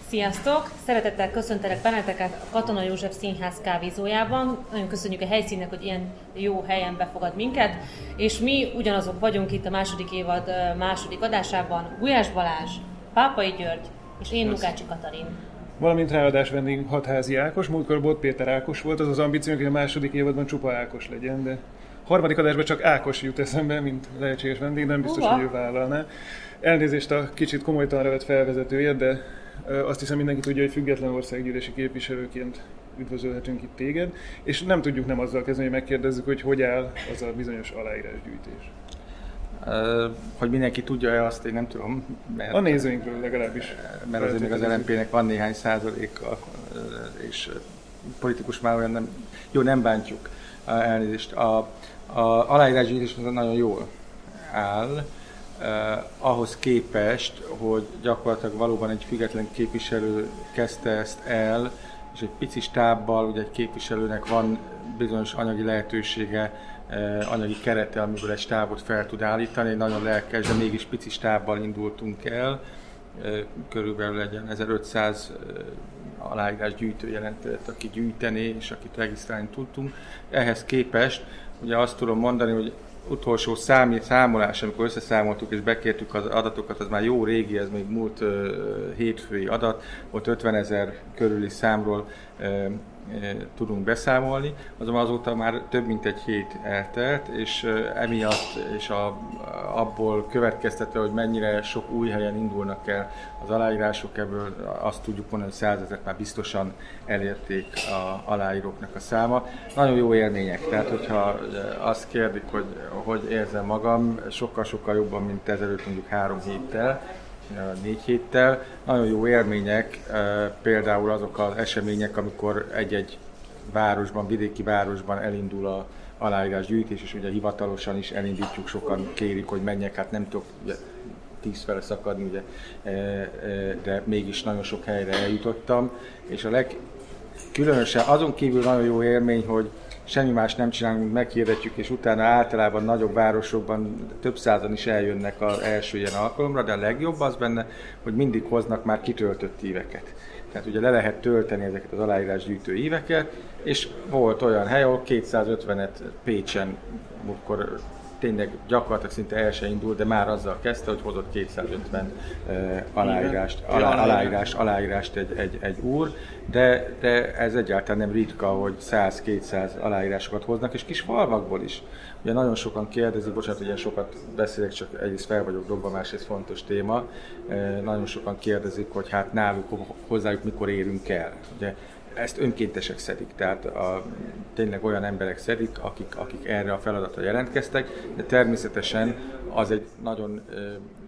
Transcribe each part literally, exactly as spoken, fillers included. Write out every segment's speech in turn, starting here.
Sziasztok! Szeretettel köszöntelek benneteket a Katona József Színház kávézójában. Nagyon köszönjük a helyszínnek, hogy ilyen jó helyen befogad minket. És mi ugyanazok vagyunk itt a második évad második adásában. Gulyás Balázs, Pápai György és én Lukácsi Katalin. Valamint ráadás vendégünk Hatházi Ákos, múltkor Bot Péter Ákos volt, az az ambíciónk, hogy a második évadban csupa Ákos legyen, de harmadik adásban csak Ákos jut eszembe, mint lehetséges vendég, nem biztos, Uha. hogy ő vállalná. Elnézést a kicsit komolytalanra vett felvezetőjét, de azt hiszem mindenki tudja, hogy független országgyűlési képviselőként üdvözölhetünk itt téged, és nem tudjuk nem azzal kezdeni, hogy megkérdezzük, hogy hogy áll az a bizonyos aláírásgyűjtés. Uh, hogy mindenki tudja-e, azt én nem tudom. Mert, a nézőinkről legalábbis. Mert azért még az el em pé-nek van néhány százaléka, és politikus már olyan nem... Jó, nem bántjuk, elnézést. A, a aláírásgyűjtés nagyon jól áll. Uh, ahhoz képest, hogy gyakorlatilag valóban egy független képviselő kezdte ezt el, és egy pici stábbal, ugye egy képviselőnek van bizonyos anyagi lehetősége, uh, anyagi kerete, amiből egy stábot fel tud állítani, nagyon lelkes, de mégis pici stábbal indultunk el, uh, körülbelül egy ezerötszáz uh, aláírás gyűjtő jelentett, aki gyűjtené, és akit regisztrálni tudtunk. Ehhez képest ugye azt tudom mondani, hogy utolsó számi, számolás, amikor összeszámoltuk és bekértük az adatokat, az már jó régi, ez még múlt uh, hétfői adat, ott ötvenezer körüli számról uh, uh, tudunk beszámolni, azonban azóta már több mint egy hét eltelt, és uh, emiatt és a, abból következtetve, hogy mennyire sok új helyen indulnak el az aláírások, ebből azt tudjuk mondani, hogy százezret már biztosan elérték a aláíróknak a száma. Nagyon jó élmények, tehát hogyha azt kérdik, hogy hogy érzem magam, sokkal-sokkal jobban, mint ezelőtt mondjuk három héttel, négy héttel. Nagyon jó élmények, például azok az események, amikor egy-egy városban, vidéki városban elindul a aláírásgyűjtés, és ugye hivatalosan is elindítjuk, sokan kérik, hogy menjek, hát nem tudok ugye, tízfele szakadni, ugye, de mégis nagyon sok helyre eljutottam, és a legkülönösen, azon kívül nagyon jó élmény, hogy semmi más nem csinálunk, mint meghirdetjük, és utána általában nagyobb városokban több százan is eljönnek az első ilyen alkalomra, de a legjobb az benne, hogy mindig hoznak már kitöltött íveket. Tehát ugye le lehet tölteni ezeket az aláírásgyűjtő íveket, és volt olyan hely, ahol kétszázötvenet Pécsen, amikor tényleg gyakorlatilag szinte el se indult, de már azzal kezdte, hogy hozott kétszázötven uh, aláírást, alá, aláírás, aláírást egy, egy, egy úr, de, de ez egyáltalán nem ritka, hogy száz-kétszáz aláírásokat hoznak, és kis falvakból is. Ugye nagyon sokan kérdezik, bocsánat, ugye sokat beszélek, csak egyrészt fel vagyok dobva, másrészt fontos téma. Uh, nagyon sokan kérdezik, hogy hát náluk, hozzájuk mikor érünk el. Ugye, ezt önkéntesek szedik, tehát a, tényleg olyan emberek szedik, akik, akik erre a feladatra jelentkeztek, de természetesen az egy nagyon ö,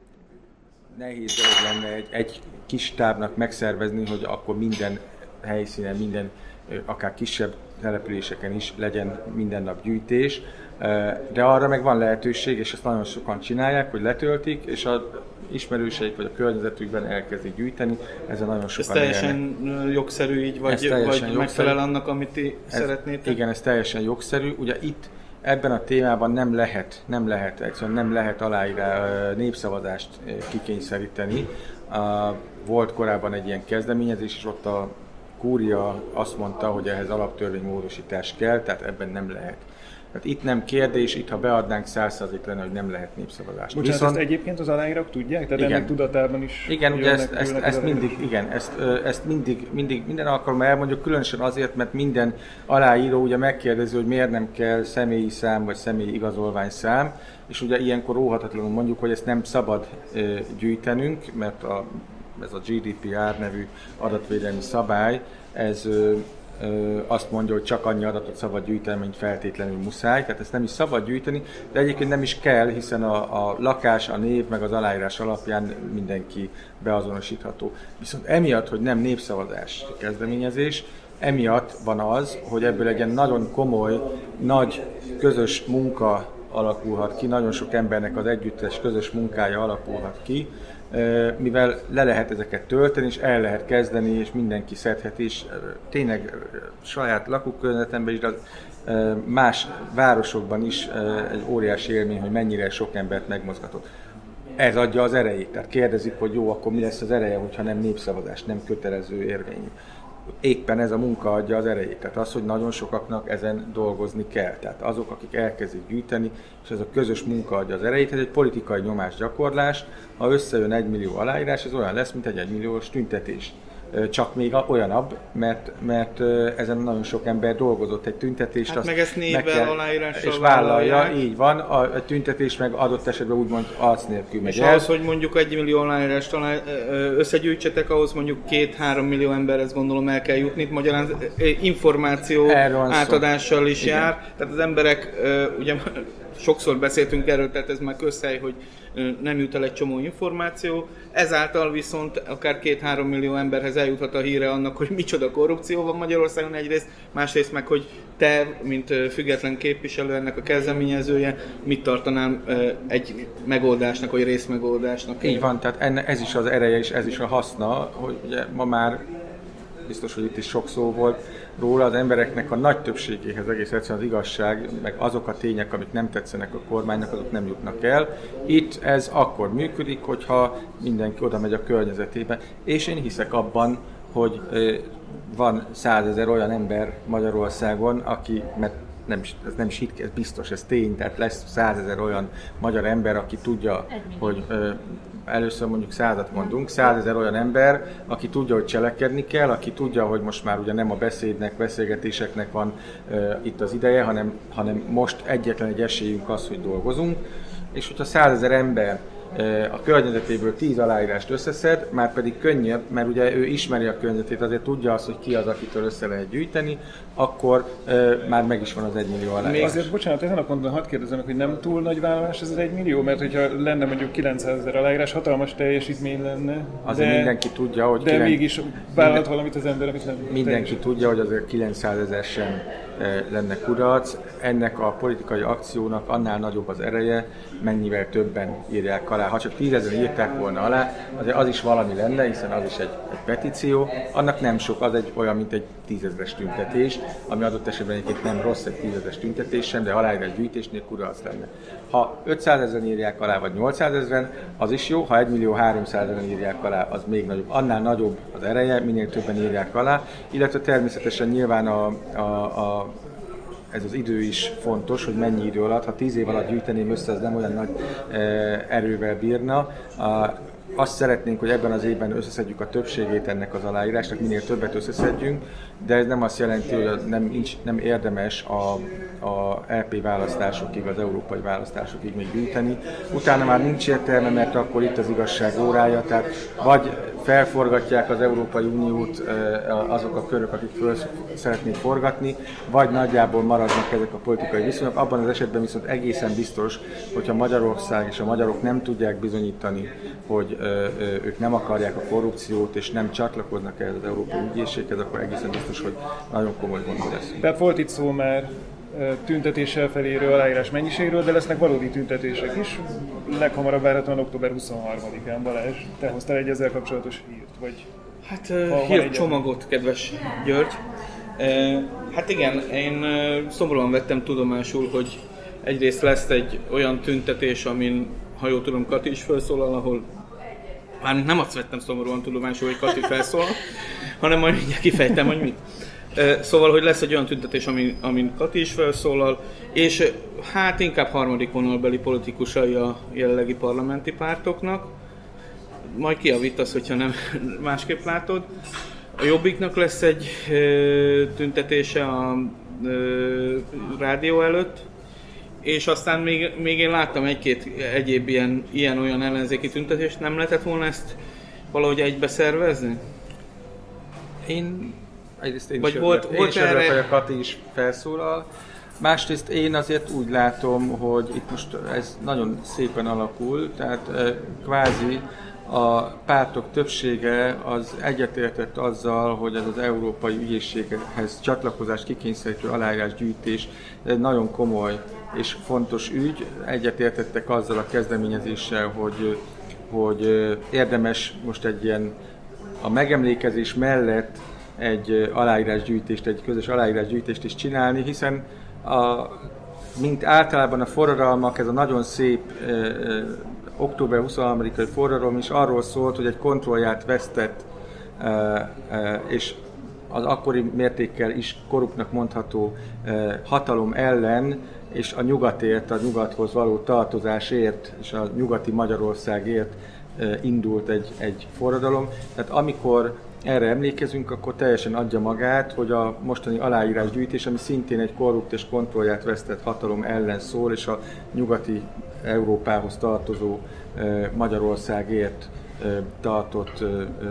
nehéz dolog lenne egy, egy kis tábnak megszervezni, hogy akkor minden helyszínen, minden ö, akár kisebb településeken is legyen minden nap gyűjtés, ö, de arra meg van lehetőség, és ezt nagyon sokan csinálják, hogy letöltik, és a ismerőseik vagy a környezetükben elkezdik gyűjteni, ezzel nagyon sokan Ez teljesen élnek. Jogszerű így, vagy, vagy megfelel annak, amit ti ez, szeretnétek? Igen, ez teljesen jogszerű. Ugye itt ebben a témában nem lehet, nem lehet, egyszerűen nem lehet aláírá népszavazást kikényszeríteni. Volt korábban egy ilyen kezdeményezés, és ott a kúria azt mondta, hogy ehhez alaptörvénymódosítás kell, tehát ebben nem lehet. Tehát itt nem kérdés, itt ha beadnánk száz százalék lenne, hogy nem lehet népszavazást. Bocsánat, Viszont... ezt egyébként az aláírók tudják? Tehát igen. ennek tudatában is igen, ugye ezt, ezt, ezt mindig, igen, ezt, ezt mindig, mindig, minden alkalommal elmondjuk, különösen azért, mert minden aláíró ugye megkérdezi, hogy miért nem kell személyi szám vagy személyi igazolványszám, és ugye ilyenkor óhatatlanul mondjuk, hogy ezt nem szabad gyűjtenünk, mert a, ez a gé dé pé er nevű adatvédelmi szabály, ez azt mondja, hogy csak annyi adatot szabad gyűjteni, mint feltétlenül muszáj, tehát ezt nem is szabad gyűjteni, de egyébként nem is kell, hiszen a, a lakás, a név, meg az aláírás alapján mindenki beazonosítható. Viszont emiatt, hogy nem népszavazás kezdeményezés, emiatt van az, hogy ebből egy ilyen nagyon komoly, nagy közös munka alakulhat ki, nagyon sok embernek az együttes közös munkája alakulhat ki, mivel le lehet ezeket tölteni, és el lehet kezdeni, és mindenki szedheti, és tényleg saját lakókörnyezetemben is, de más városokban is egy óriási élmény, hogy mennyire sok embert megmozgatott. ez adja az erejét. Tehát kérdezik, hogy jó, akkor mi lesz az ereje, hogyha nem népszavazás, nem kötelező érvényű. Éppen ez a munka adja az erejét. Tehát az, hogy nagyon sokaknak ezen dolgozni kell. Tehát azok, akik elkezdik gyűjteni, és ez a közös munka adja az erejét, ez egy politikai nyomásgyakorlás. Ha összejön egy millió aláírás, ez olyan lesz, mint egy egymilliós tüntetés. Csak még olyanabb, mert, mert ezen nagyon sok ember dolgozott egy tüntetést. Hát meg ezt névvel, aláírással és vállalja, így van, a, a tüntetés meg adott esetben úgymond arc nélkül megy és el. Ahhoz, hogy mondjuk egy millió aláírást összegyűjtsetek, ahhoz mondjuk két-három millió emberhez gondolom el kell jutni, magyarán információ átadással is igen. jár. Tehát az emberek, ugye sokszor beszéltünk erről, tehát ez már közhely, hogy nem jut el egy csomó információ, ezáltal viszont akár két-három millió emberhez eljuthat a híre annak, hogy micsoda korrupció van Magyarországon egyrészt, másrészt meg, hogy te, mint független képviselő, ennek a kezdeményezője, mit tartanál egy megoldásnak, vagy részmegoldásnak? Így van, tehát enne, ez is az ereje, és ez is a haszna, hogy ugye ma már biztos, hogy itt is sok szó volt róla, az embereknek a nagy többségéhez egész egyszerűen az igazság, meg azok a tények, amik nem tetszenek a kormánynak, azok nem jutnak el. Itt ez akkor működik, hogyha mindenki oda megy a környezetébe, és én hiszek abban, hogy van százezer olyan ember Magyarországon, aki, mert nem, ez nem is hit, ez biztos, ez tény, tehát lesz százezer olyan magyar ember, aki tudja, hogy először mondjuk százat mondunk, százezer olyan ember, aki tudja, hogy cselekedni kell, aki tudja, hogy most már ugye nem a beszédnek, beszélgetéseknek van uh, itt az ideje, hanem, hanem most egyetlen egy esélyünk az, hogy dolgozunk, és hogyha százezer ember a környezetéből tíz aláírást összeszed, már pedig könnyebb, mert ugye ő ismeri a környezetét, azért tudja azt, hogy ki az, akitől össze lehet gyűjteni, akkor e, már meg is van az egymillió aláírás. Még azért, bocsánat, ezen a ponton hadd kérdezem, hogy nem túl nagy vállalás ez az egymillió, mert hogyha lenne mondjuk kilencszázezer aláírás, hatalmas teljesítmény lenne. Azért de, mindenki tudja, hogy... De kilenc... mégis vállalt minden, valamit az ember, amit nem Mindenki teljesít. Tudja, hogy azért kilencszázezer sem lenne kudarc. Ennek a politikai akciónak annál nagyobb az ereje, mennyivel többen írják alá. Ha csak tízezer írták volna alá, azért az is valami lenne, hiszen az is egy, egy petíció. Annak nem sok, az egy olyan, mint egy tízezres tüntetés, ami adott esetben egyébként nem rossz egy tízezres tüntetés sem, de aláírás gyűjtésnél kudarc lenne. Ha ötszázezren írják alá, vagy nyolcszázezren, az is jó, ha egymillió háromszázezren írják alá, az még nagyobb. Annál nagyobb az ereje, minél többen írják alá, illetve természetesen nyilván a, a, a ez az idő is fontos, hogy mennyi idő alatt, ha tíz év alatt gyűjteném össze, az nem olyan nagy erővel bírna. Azt szeretnénk, hogy ebben az évben összeszedjük a többségét ennek az aláírásnak, minél többet összeszedjünk, de ez nem azt jelenti, hogy nem, nincs, nem érdemes a, a é pé választásokig, az európai választásokig még gyűjteni. Utána már nincs értelme, mert akkor itt az igazság órája, tehát vagy felforgatják az Európai Uniót azok a körök, akik föl szeretnék forgatni, vagy nagyjából maradnak ezek a politikai viszonyok. Abban az esetben viszont egészen biztos, hogyha Magyarország és a magyarok nem tudják bizonyítani, hogy ők nem akarják a korrupciót és nem csatlakoznak ehhez az Európai Ügyészséghez, akkor egészen biztos, hogy nagyon komoly gond lesz. Tehát volt itt szó már tüntetéssel felérő aláírás mennyiségről, de lesznek valódi tüntetések is. Leghamarabb várhatóan október huszonharmadikán. Balázs, te hoztál egy ezzel kapcsolatos hírt? Vagy hát uh, hírcsomagot, kedves György. Uh, hát igen, én uh, szomorúan vettem tudomásul, hogy egyrészt lesz egy olyan tüntetés, amin, ha jól tudom, Kati is felszólal, ahol már nem azt vettem szomorúan tudomásul, hogy Kati felszólal, hanem majd mindjárt kifejtem, hogy mit. Szóval, hogy lesz egy olyan tüntetés, amin, amin Kati is felszólal, és hát inkább harmadik vonalbeli politikusai a jelenlegi parlamenti pártoknak. Majd kijavítasz, hogyha nem másképp látod. A Jobbiknak lesz egy ö, tüntetése a ö, rádió előtt, és aztán még, még én láttam egy-két egyéb ilyen, ilyen-olyan ellenzéki tüntetést. Nem lehetett volna ezt valahogy egybe szervezni? Én... Egyrészt én Vagy is volt, örülök, volt én is örülök, erre... hogy a Kati is felszólal. Másrészt én azért úgy látom, hogy itt most ez nagyon szépen alakul, tehát kvázi a pártok többsége az egyetértett azzal, hogy ez az Európai Ügyészséghez csatlakozás kikényszerítő aláírásgyűjtés egy nagyon komoly és fontos ügy. Egyetértettek azzal a kezdeményezéssel, hogy, hogy érdemes most egy ilyen a megemlékezés mellett egy aláírásgyűjtést, egy közös aláírásgyűjtést is csinálni, hiszen a, mint általában a forradalmak, ez a nagyon szép október huszonharmadikai forradalom is arról szólt, hogy egy kontrollját vesztett, és az akkori mértékkel is korruptnak mondható hatalom ellen, és a nyugatért, a nyugathoz való tartozásért, és a nyugati Magyarországért indult egy, egy forradalom. Tehát amikor erre emlékezünk, akkor teljesen adja magát, hogy a mostani aláírásgyűjtés, ami szintén egy korrupt és kontrollját vesztett hatalom ellen szól, és a nyugati Európához tartozó Magyarországért tartott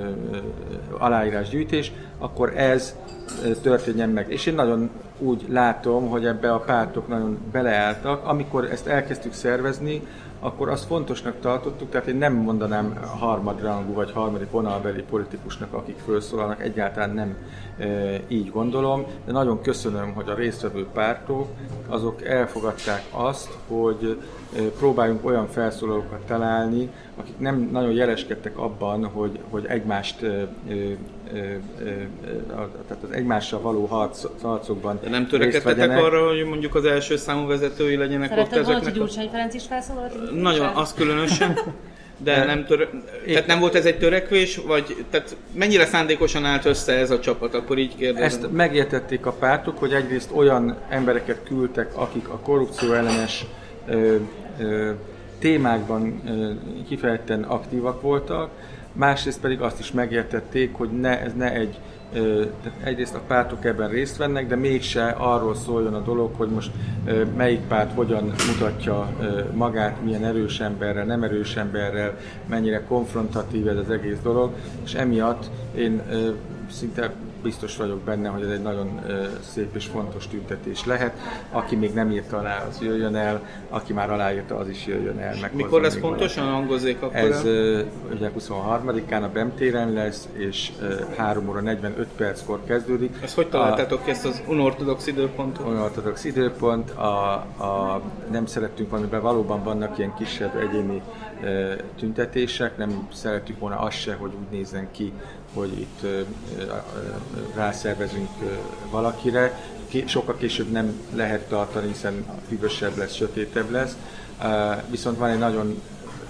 aláírásgyűjtés, akkor ez történjen meg. És én nagyon úgy látom, hogy ebbe a pártok nagyon beleálltak. Amikor ezt elkezdtük szervezni, akkor azt fontosnak tartottuk, tehát én nem mondanám harmadrangú vagy harmadik vonalbeli politikusnak, akik felszólalnak, egyáltalán nem e, így gondolom, de nagyon köszönöm, hogy a résztvevő pártok azok elfogadták azt, hogy e, próbáljunk olyan felszólalókat találni, akik nem nagyon jeleskedtek abban, hogy, hogy egymást, e, e, e, tehát az egymással való harc, harcokban de nem törekedtetek arra, hogy mondjuk az első számú vezetői legyenek Szereted ott ezeknek? Szereted volna, hogy Gyurcsány Ferenc is felszólalt? Nagyon, az különösen. De nem, töre... tehát nem volt ez egy törekvés, vagy tehát mennyire szándékosan állt össze ez a csapat, akkor így kérdezem. Ezt megértették a pártok, hogy egyrészt olyan embereket küldtek, akik a korrupció ellenes ö, ö, témákban ö, kifejezetten aktívak voltak, másrészt pedig azt is megértették, hogy ne, ez ne egy Tehát egyrészt a pártok ebben részt vennek, de mégse arról szóljon a dolog, hogy most melyik párt hogyan mutatja magát, milyen erős emberrel, nem erős emberrel, mennyire konfrontatív ez az egész dolog, és emiatt én szinte biztos vagyok benne, hogy ez egy nagyon szép és fontos tüntetés lehet. Aki még nem írta alá, az jöjjön el, aki már aláírta, az is jöjjön el. Mikor lesz pontosan, hangozzék akkor? Ez ugye huszonharmadikán a BEM téren lesz, és három óra negyvenöt perckor kezdődik. Ezt hogy találtátok ki, ezt az unortodox időpontot? Unortodox időpont. A, a, nem szerettünk valamiben, valóban vannak ilyen kisebb egyéni e, tüntetések, nem szerettük volna azt se, hogy úgy nézzen ki, hogy itt e, e, rászervezünk e, valakire. Sokkal később nem lehet tartani, hiszen hűvösebb lesz, sötétebb lesz. E, viszont van egy nagyon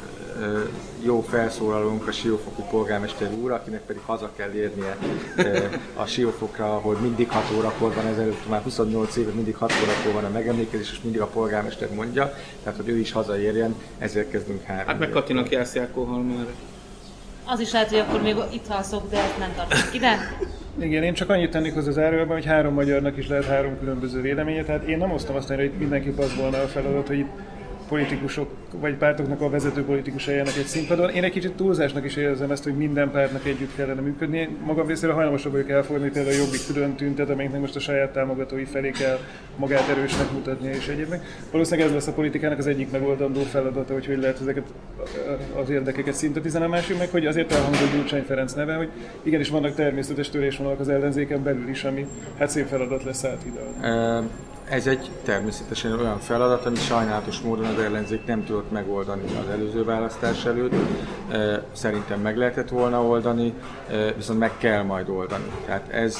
jó felszólalónk, a Siófoki polgármester úr, akinek pedig haza kell érnie a Siófokra, ahol mindig hat órakor van, ezelőtt már huszonnyolc éve mindig hat órakor van a megemlékezés, és mindig a polgármester mondja, tehát hogy ő is hazaérjen, ezért kezdünk három. Hát meg Katinak jársz Jákóhalmára. Az is lehet, hogy akkor még itt halszok, de ezt nem tartok ide. Igen, én csak annyit tennék hozzá az zárójelben, hogy három magyarnak is lehet három különböző véleménye, tehát én nem osztom azt, hogy mindenképp az volna a feladat, hogy itt politikusok vagy pártoknak a vezető politikusai állnak egy színpadon. Én egy kicsit túlzásnak is érzem ezt, hogy minden pártnak együtt kellene működni. Én magam részéről hajlamosabb vagyok elfogadni, például a Jobbik külön tüntet, amelyiknek most a saját támogatói felé kell magát erősnek mutatnia és egyébként. Valószínűleg ez lesz a politikának az egyik megoldandó feladata, hogy hogy lehet ezeket az érdekeket szintetizálni. A másik meg, hogy azért elhangzott Gyurcsány Ferenc neve, hogy igenis vannak természetes törésvonalak az ellenzéken belül is, ami hát szép feladat lesz áthidalni. Ez egy természetesen olyan feladat, amit sajnálatos módon az ellenzék nem tudott megoldani az előző választás előtt. Szerintem meg lehetett volna oldani, viszont meg kell majd oldani. Tehát ez,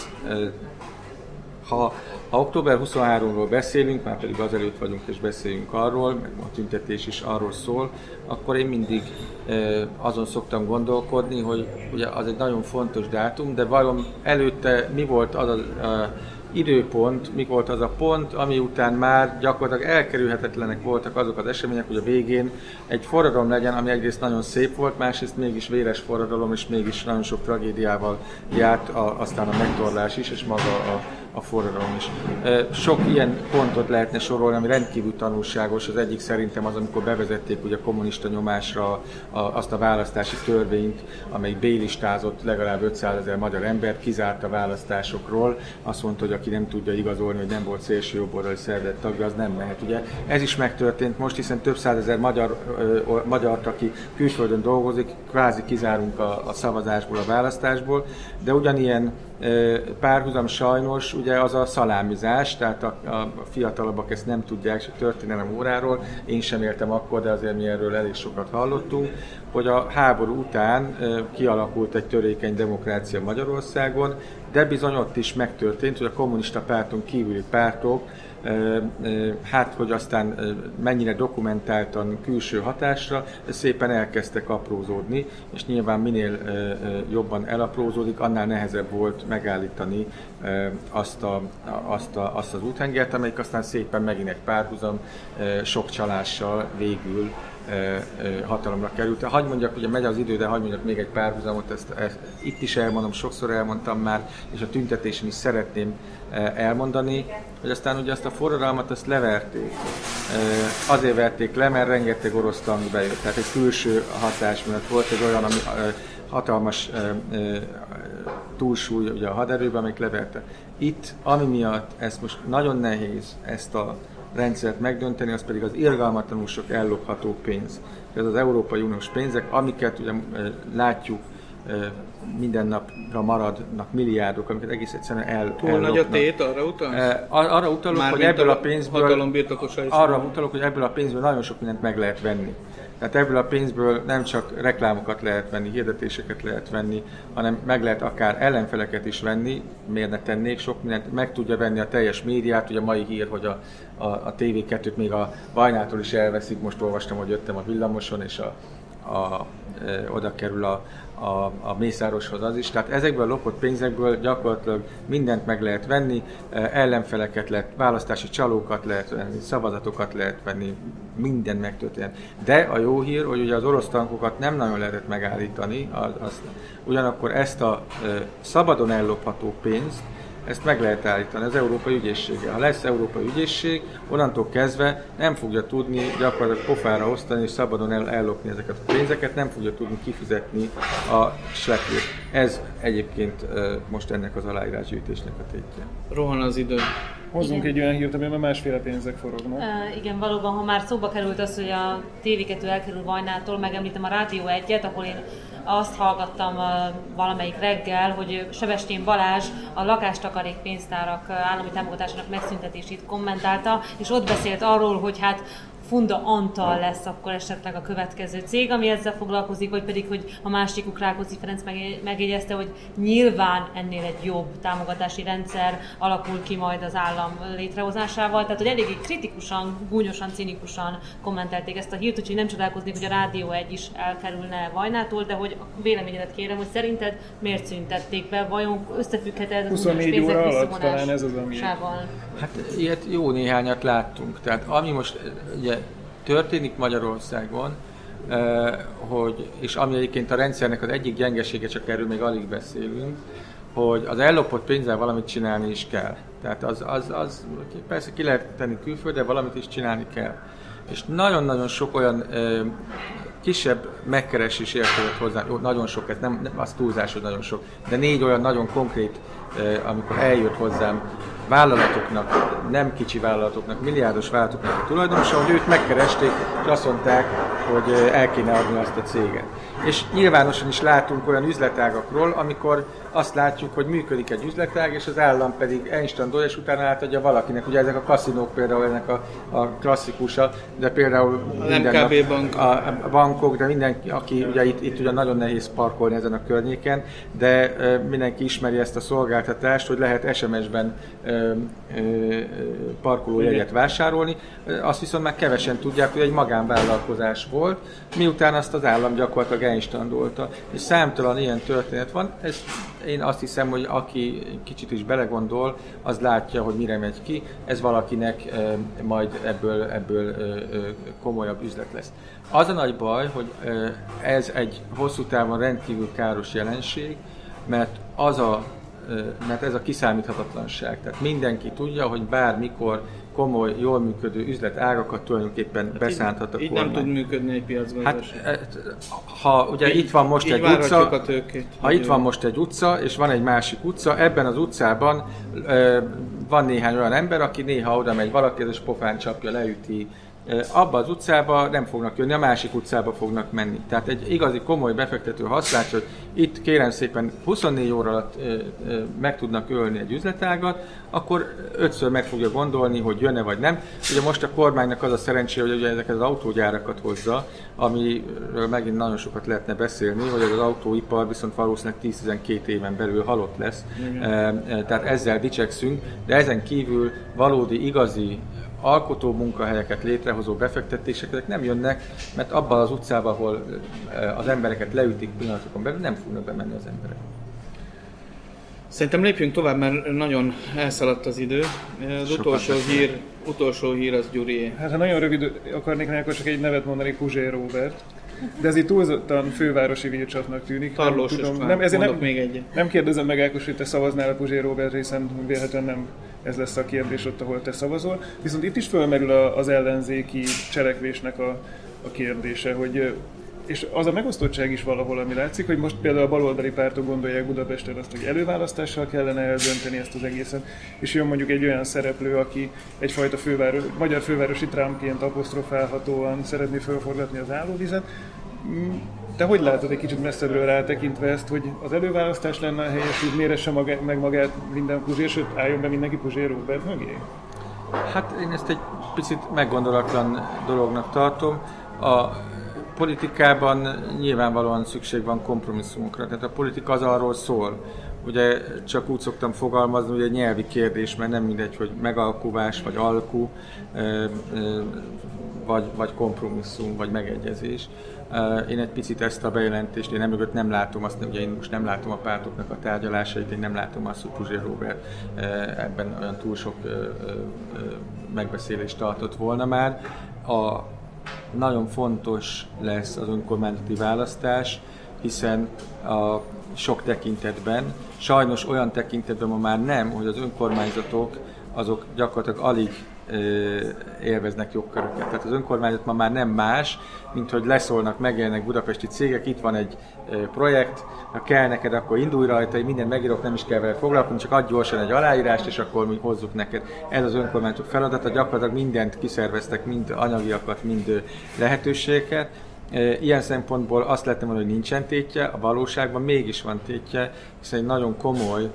ha, ha október huszonharmadikánról beszélünk, már pedig azelőtt vagyunk és beszéljünk arról, meg a tüntetés is arról szól, akkor én mindig azon szoktam gondolkodni, hogy ugye az egy nagyon fontos dátum, de vajon előtte mi volt az a, a időpont, mi volt az a pont, ami után már gyakorlatilag elkerülhetetlenek voltak azok az események, hogy a végén egy forradalom legyen, ami egyrészt nagyon szép volt, másrészt mégis véres forradalom, és mégis nagyon sok tragédiával járt, a, aztán a megtorlás is, és maga a, a forradalom is. Sok ilyen pontot lehetne sorolni, ami rendkívül tanulságos. Az egyik szerintem az, amikor bevezették ugye a kommunista nyomásra a, azt a választási törvényt, amelyik bélistázott legalább ötszázezer magyar embert, kizárt a választásokról. Azt mondta, hogy aki nem tudja igazolni, hogy nem volt szélső jobboldali szervezet tagja, az nem mehet. Ugye ez is megtörtént most, hiszen több százezer magyar, ö, magyart, aki külföldön dolgozik, kvázi kizárunk a, a szavazásból, a választásból, de ugyanilyen párhuzam sajnos ugye az a szalámizás, tehát a, a fiatalabbak ezt nem tudják történelem óráról, én sem éltem akkor, de azért mi erről elég sokat hallottunk, hogy a háború után kialakult egy törékeny demokrácia Magyarországon, de bizony ott is megtörtént, hogy a kommunista párton kívüli pártok hát hogy aztán mennyire dokumentáltan külső hatásra, szépen elkezdtek aprózódni, és nyilván minél jobban elaprózódik, annál nehezebb volt megállítani azt, a, azt, a, azt az úthengert, amelyik aztán szépen megint egy párhuzam, sok csalással végül hatalomra került. Hagy mondjak, ugye megy az idő, de hagy mondjak még egy párhuzamot, ezt, ezt itt is elmondom, sokszor elmondtam már, és a tüntetésen is szeretném elmondani, hogy aztán ugye azt a forradalmat azt leverték. Azért verték le, mert rengeteg orosz tank bejött, tehát egy külső hatás miatt volt egy olyan ami, hatalmas túlsúly ugye a haderőben, amelyik leverte. Itt, ami miatt ez most nagyon nehéz ezt a rendszert megdönteni, az pedig az irgalmatlanul sok ellopható pénz. Ez az Európai Uniós pénzek, amiket ugye látjuk, minden napra maradnak milliárdok, amiket egész egyszerűen el, Túl ellopnak. nagy a tét, arra utalsz? Arra utalok, Már hogy ebből a pénzből, arra utalok, hogy ebből a pénzből nagyon sok mindent meg lehet venni. Tehát ebből a pénzből nem csak reklámokat lehet venni, hirdetéseket lehet venni, hanem meg lehet akár ellenfeleket is venni, miért ne tennék, sok mindent meg tudja venni a teljes médiát. Ugye a mai hír, hogy a, a, a té vé kettőt még a Vajnától is elveszik, most olvastam, hogy jöttem a villamoson, és a, a, e, oda kerül a, a, a Mészároshoz az is. Tehát ezekből a lopott pénzekből gyakorlatilag mindent meg lehet venni, ellenfeleket lehet, választási csalókat lehet venni, szavazatokat lehet venni, minden megtörténhet. De a jó hír, hogy ugye az orosz tankokat nem nagyon lehetett megállítani, az, az, ugyanakkor ezt a e, szabadon ellopható pénzt, ezt meg lehet állítani az Európai Ügyészséggel. Ha lesz Európai Ügyészség, onnantól kezdve nem fogja tudni gyakorlatilag pofára osztani és szabadon el, ellopni ezeket a pénzeket, nem fogja tudni kifizetni a sveplőt. Ez egyébként most ennek az aláírásgyűjtésnek a tétje. Rohan az idő. Hozzunk egy olyan hírt, amiben másféle pénzek forognak. Uh, igen, valóban, ha már szóba került az, hogy a té vé kettő elkerül Vajnától, megemlítem a Rádió egyet, ahol én azt hallgattam uh, valamelyik reggel, hogy Sebestyén Balázs a lakástakarék pénztárak állami támogatásának megszüntetését kommentálta, és ott beszélt arról, hogy hát Funda Antal lesz akkor esetleg a következő cég, ami ezzel foglalkozik, vagy pedig, hogy a másikuk Rákóczi Ferenc megjegyezte, hogy nyilván ennél egy jobb támogatási rendszer alakul ki majd az állam létrehozásával. Tehát, hogy eléggé kritikusan, gúnyosan, cinikusan kommentelték ezt a hírt, úgyhogy nem csodálkozni, hogy a Rádió egy is elkerülne Vajnától, de hogy a véleményedet kérem, hogy szerinted miért szüntették be, vajon összefügghet ez huszonnégy óra alatt talán ez az, ami... Hát ilyet jó néhányat láttunk. Tehát ami most ugye történik Magyarországon, hogy, és ami egyébként a rendszernek az egyik gyengesége, csak erről még alig beszélünk, hogy az ellopott pénzzel valamit csinálni is kell. Tehát az, az, az persze ki lehet tenni külföldre, valamit is csinálni kell. És nagyon-nagyon sok olyan ö, kisebb megkeresés érkezett hozzá, jó, nagyon sok, ez nem, nem az túlzás, hogy nagyon sok, de négy olyan nagyon konkrét, ö, amikor eljött hozzám vállalatoknak, nem kicsi vállalatoknak, milliárdos vállalatoknak a tulajdonosa, hogy őt megkeresték, és azt mondták, hogy el kéne adni azt a céget. És nyilvánosan is látunk olyan üzletágakról, amikor azt látjuk, hogy működik egy üzletág, és az állam pedig instantol, és utána átadja valakinek. Ugye ezek a kaszinók például ennek a, a klasszikusa, de például minden em ká bé bank. A, a bankok, de mindenki, aki ugye itt, itt ugye nagyon nehéz parkolni ezen a környéken, de e, mindenki ismeri ezt a szolgáltatást, hogy lehet es em es-ben e, e, parkolójegyet vásárolni. Azt viszont már kevesen tudják, hogy egy magánvállalkozás volt, miután azt az állam gyakorlatilag elinstandolta. És számtalan ilyen történet van. Ez, én azt hiszem, hogy aki kicsit is belegondol, az látja, hogy mire megy ki. Ez valakinek e, majd ebből, ebből e, e, komolyabb üzlet lesz. Az a nagy baj, hogy e, ez egy hosszú távon rendkívül káros jelenség, mert az a mert ez a kiszámíthatatlanság. Tehát mindenki tudja, hogy bármikor komoly, jól működő üzletágakat tulajdonképpen hát beszánthat a így, kormány. Így nem tud működni egy piacgazdaság. Hát, ha ugye így, itt van most egy utca, ha itt van most egy utca, és van egy másik utca, ebben az utcában e, van néhány olyan ember, aki néha oda megy valaki, és pofán csapja, leüti, abba az utcába nem fognak jönni, a másik utcába fognak menni. Tehát egy igazi komoly befektető azt látja, hogy itt kérem szépen huszonnégy óra alatt meg tudnak ölni egy üzletágat, akkor ötször meg fogja gondolni, hogy jön-e vagy nem. Ugye most a kormánynak az a szerencsé, hogy ugye ezeket az autógyárakat hozza, amiről megint nagyon sokat lehetne beszélni, hogy az autóipar viszont valószínűleg tíz-tizenkét éven belül halott lesz. Igen. Tehát ezzel dicsekszünk, de ezen kívül valódi, igazi alkotó munkahelyeket létrehozó befektetések ezek nem jönnek, mert abban az utcában, ahol az embereket leütik pillanatokon belül, nem fognak bemenni az emberek. Szerintem lépjünk tovább, mert nagyon elszaladt az idő. Az utolsó hír, utolsó hír az Gyurié. Hát ha nagyon rövid akarnék, akkor csak egy nevet mondani, Puzsér Róbert. De ez így túlzottan fővárosi vircsatnak tűnik. Tarlós István, nem, ezért nem, még egy. Nem kérdezem meg, Ákos, hogy te szavaznál a Puzsér Róbert, hiszen véletlenül nem ez lesz a kérdés ott, ahol te szavazol. Viszont itt is fölmerül az ellenzéki cselekvésnek a, a kérdése, hogy és az a megosztottság is valahol, ami látszik, hogy most például a baloldali pártok gondolják Budapesten azt, hogy előválasztással kellene eldönteni ezt az egészet, és jön mondjuk egy olyan szereplő, aki egyfajta főváros, magyar fővárosi Trumpként apostrofálhatóan szeretné fölforgatni az állóvizet. Te hogy látod egy kicsit messzebbről rátekintve ezt, hogy az előválasztás lenne a helyes, hogy méresse maga, meg magát minden Puzsér, sőt álljon be mindenki Puzsér Róbert mögé? Hát én ezt egy picit meggondolatlan dolognak tartom. A politikában nyilvánvalóan szükség van kompromisszumokra, tehát a politika az arról szól. Ugye csak úgy szoktam fogalmazni, hogy egy nyelvi kérdés, mert nem mindegy, hogy megalkuvás, vagy alku, vagy, vagy kompromisszum, vagy megegyezés. Én egy picit ezt a bejelentést, én emögött nem látom azt, ugye én most nem látom a pártoknak a tárgyalásait, én nem látom azt, hogy Puzsér Róbert ebben olyan túl sok megbeszélést tartott volna már. A Nagyon fontos lesz az önkormányzati választás, hiszen a sok tekintetben, sajnos olyan tekintetben ma már nem, hogy az önkormányzatok azok gyakorlatilag alig élveznek jogköröket. Tehát az önkormányzat ma már nem más, mint hogy leszólnak, megjelennek budapesti cégek, itt van egy projekt, ha kell neked, akkor indulj rajta, mindent megírok, nem is kell vele foglalkozni, csak adj gyorsan egy aláírást, és akkor mi hozzuk neked. Ez az önkormányzatok feladata, gyakorlatilag mindent kiszerveztek, mind anyagiakat, mind lehetőségeket. Ilyen szempontból azt lehetne mondani, hogy nincsen tétje, a valóságban mégis van tétje, hiszen egy nagyon komoly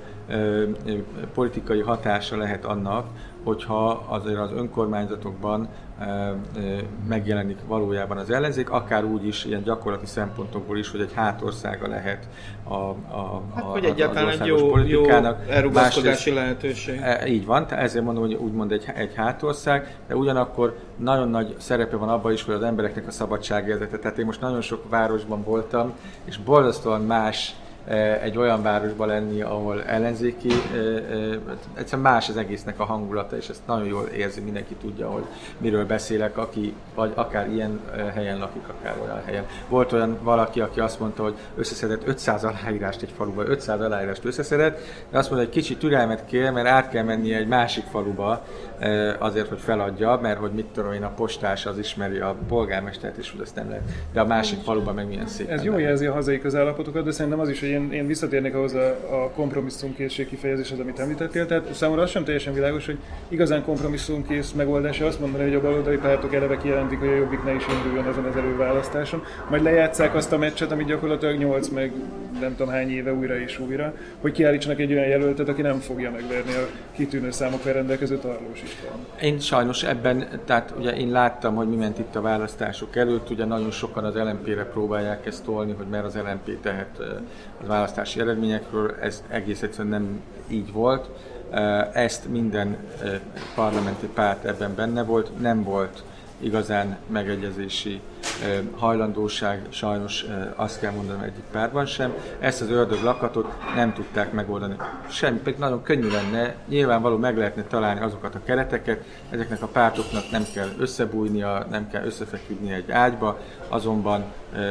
politikai hatása lehet annak, hogyha azért az önkormányzatokban e, e, megjelenik valójában az ellenzék, akár úgy is, ilyen gyakorlati szempontokból is, hogy egy hátországa lehet a, a, hát, a, hogy egyáltalán az egy jó, politikának. Jó elrugaszkodási lehetőség. E, így van, ezért mondom, hogy úgymond egy, egy hátország, de ugyanakkor nagyon nagy szerepe van abban is, hogy az embereknek a szabadságérzete. Tehát én most nagyon sok városban voltam, és borzasztóan más egy olyan városban lenni, ahol ellenzéki, egyszerűen más az egésznek a hangulata, és ezt nagyon jól érzi, mindenki tudja, hogy miről beszélek, aki vagy akár ilyen helyen lakik, akár olyan helyen. Volt olyan valaki, aki azt mondta, hogy összeszedett ötszáz aláírást egy faluba, ötszáz aláírást összeszedett, de azt mondta, hogy kicsit türelmet kér, mert át kell mennie egy másik faluba azért, hogy feladja, mert hogy mit tudom én, a postás az ismeri a polgármestert, és hogy ezt nem lehet. De a másik faluban meg milyen szép. Ez jó jelzi a hazai közállapotokat, de szerintem az is, hogy én, én visszatérnék ahhoz a, a kompromisszumkészség kifejezéshez, amit említettél. Tehát számomra az sem teljesen világos, hogy igazán kompromisszumkész megoldása azt mondani, hogy a baloldali pártok eleve kijelentik, hogy a Jobbik ne is induljon azon az előválasztáson, majd lejátsszák azt a meccset, amit gyakorlatilag nyolc meg nem tudom hány éve újra és újra, hogy kiállítsanak egy olyan jelöltet, aki nem fogja megverni a kitűnő számokkal rendelkező Tarlós István. Én sajnos ebben, tehát ugye én láttam, hogy mi ment itt a választások előtt, ugye nagyon sokan az el em pére próbálják ezt tolni, hogy mert az el em pé tehet a választási eredményekről, ez egész egyszerűen nem így volt. Ezt minden parlamenti párt ebben benne volt, nem volt igazán megegyezési hajlandóság, sajnos azt kell mondanom egyik pártban sem. Ezt az ördög lakatot nem tudták megoldani. Semmi, pedig nagyon könnyű lenne, nyilvánvaló meg lehetne találni azokat a kereteket, ezeknek a pártoknak nem kell összebújnia, nem kell összefeküdni egy ágyba, azonban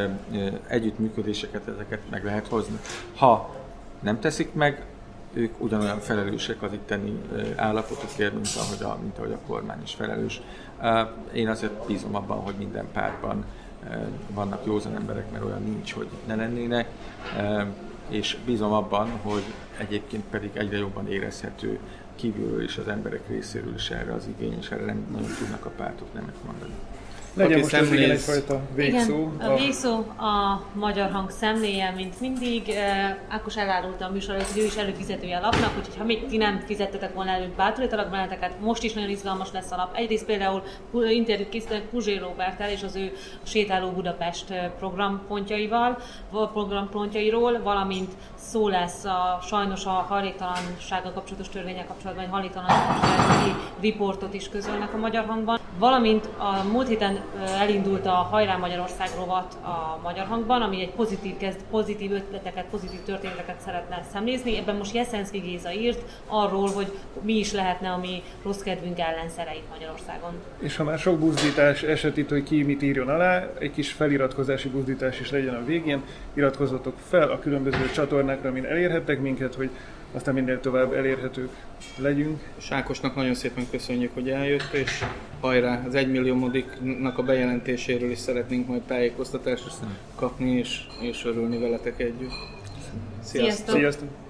együttműködéseket ezeket meg lehet hozni. Ha nem teszik meg, ők ugyanolyan felelősek az itteni állapotokért, mint ahogy a, mint ahogy a kormány is felelős. Én azért bízom abban, hogy minden pártban vannak józan emberek, mert olyan nincs, hogy ne lennének, és bízom abban, hogy egyébként pedig egyre jobban érezhető kívülről is, az emberek részéről is erre az igény, és erre nem nagyon tudnak a pártok nemet mondani. Legyen most ez igen egyfajta végszó. Igen, a végszó a Magyar Hang szemléje, mint mindig. Ákos elárulta a műsor, hogy ő is előfizetője a lapnak, úgyhogy ha még ti nem fizettetek volna előtt, bátorítalak benneteket, most is nagyon izgalmas lesz a lap. Egyrészt például interjút készítenek Puzsér Róberttel és az ő Sétáló Budapest programpontjaival, programpontjairól, valamint szó lesz a, sajnos a hajléktalansággal kapcsolatos törvények kapcsolatban, egy hajléktalansági riportot is közölnek a Magyar Hangban, valamint a múlt héten elindult a Hajrá Magyarország rovat a Magyar Hangban, ami egy pozitív, kezd, pozitív ötleteket, pozitív történeteket szeretne szemlézni. Ebben most Jeszenszky Géza írt arról, hogy mi is lehetne a mi rossz kedvünk ellenszereit Magyarországon. És ha már sok buzdítás esetít, hogy ki mit írjon alá, egy kis feliratkozási buzdítás is legyen a végén. Iratkozzatok fel a különböző csatornákra, amin elérhettek minket, hogy aztán minél tovább elérhetők legyünk. És Ákosnak nagyon szépen köszönjük, hogy eljött, és hajrá, az egymilliómodiknak a bejelentéséről is szeretnénk majd tájékoztatást kapni, és, és örülni veletek együtt. Sziasztok! Sziasztok.